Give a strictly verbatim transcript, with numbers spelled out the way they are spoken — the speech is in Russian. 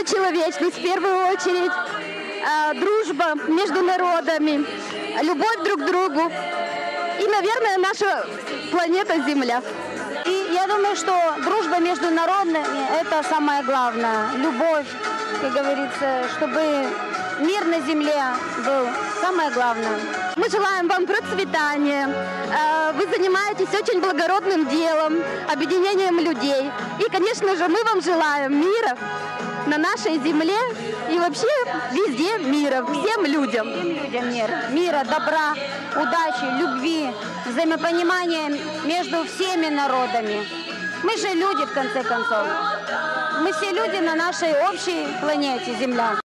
человечность в первую очередь, дружба между народами, любовь друг к другу и, наверное, наша планета Земля. И я думаю, что дружба между народами – это самое главное. Любовь, как говорится, чтобы мир на земле был самое главное. Мы желаем вам процветания. Вы занимаетесь очень благородным делом, объединением людей. И, конечно же, мы вам желаем мира на нашей земле и вообще везде мира, всем людям. Всем людям мир. Мира, добра, удачи, любви, взаимопонимания между всеми народами. Мы же люди, в конце концов. Мы все люди на нашей общей планете Земля.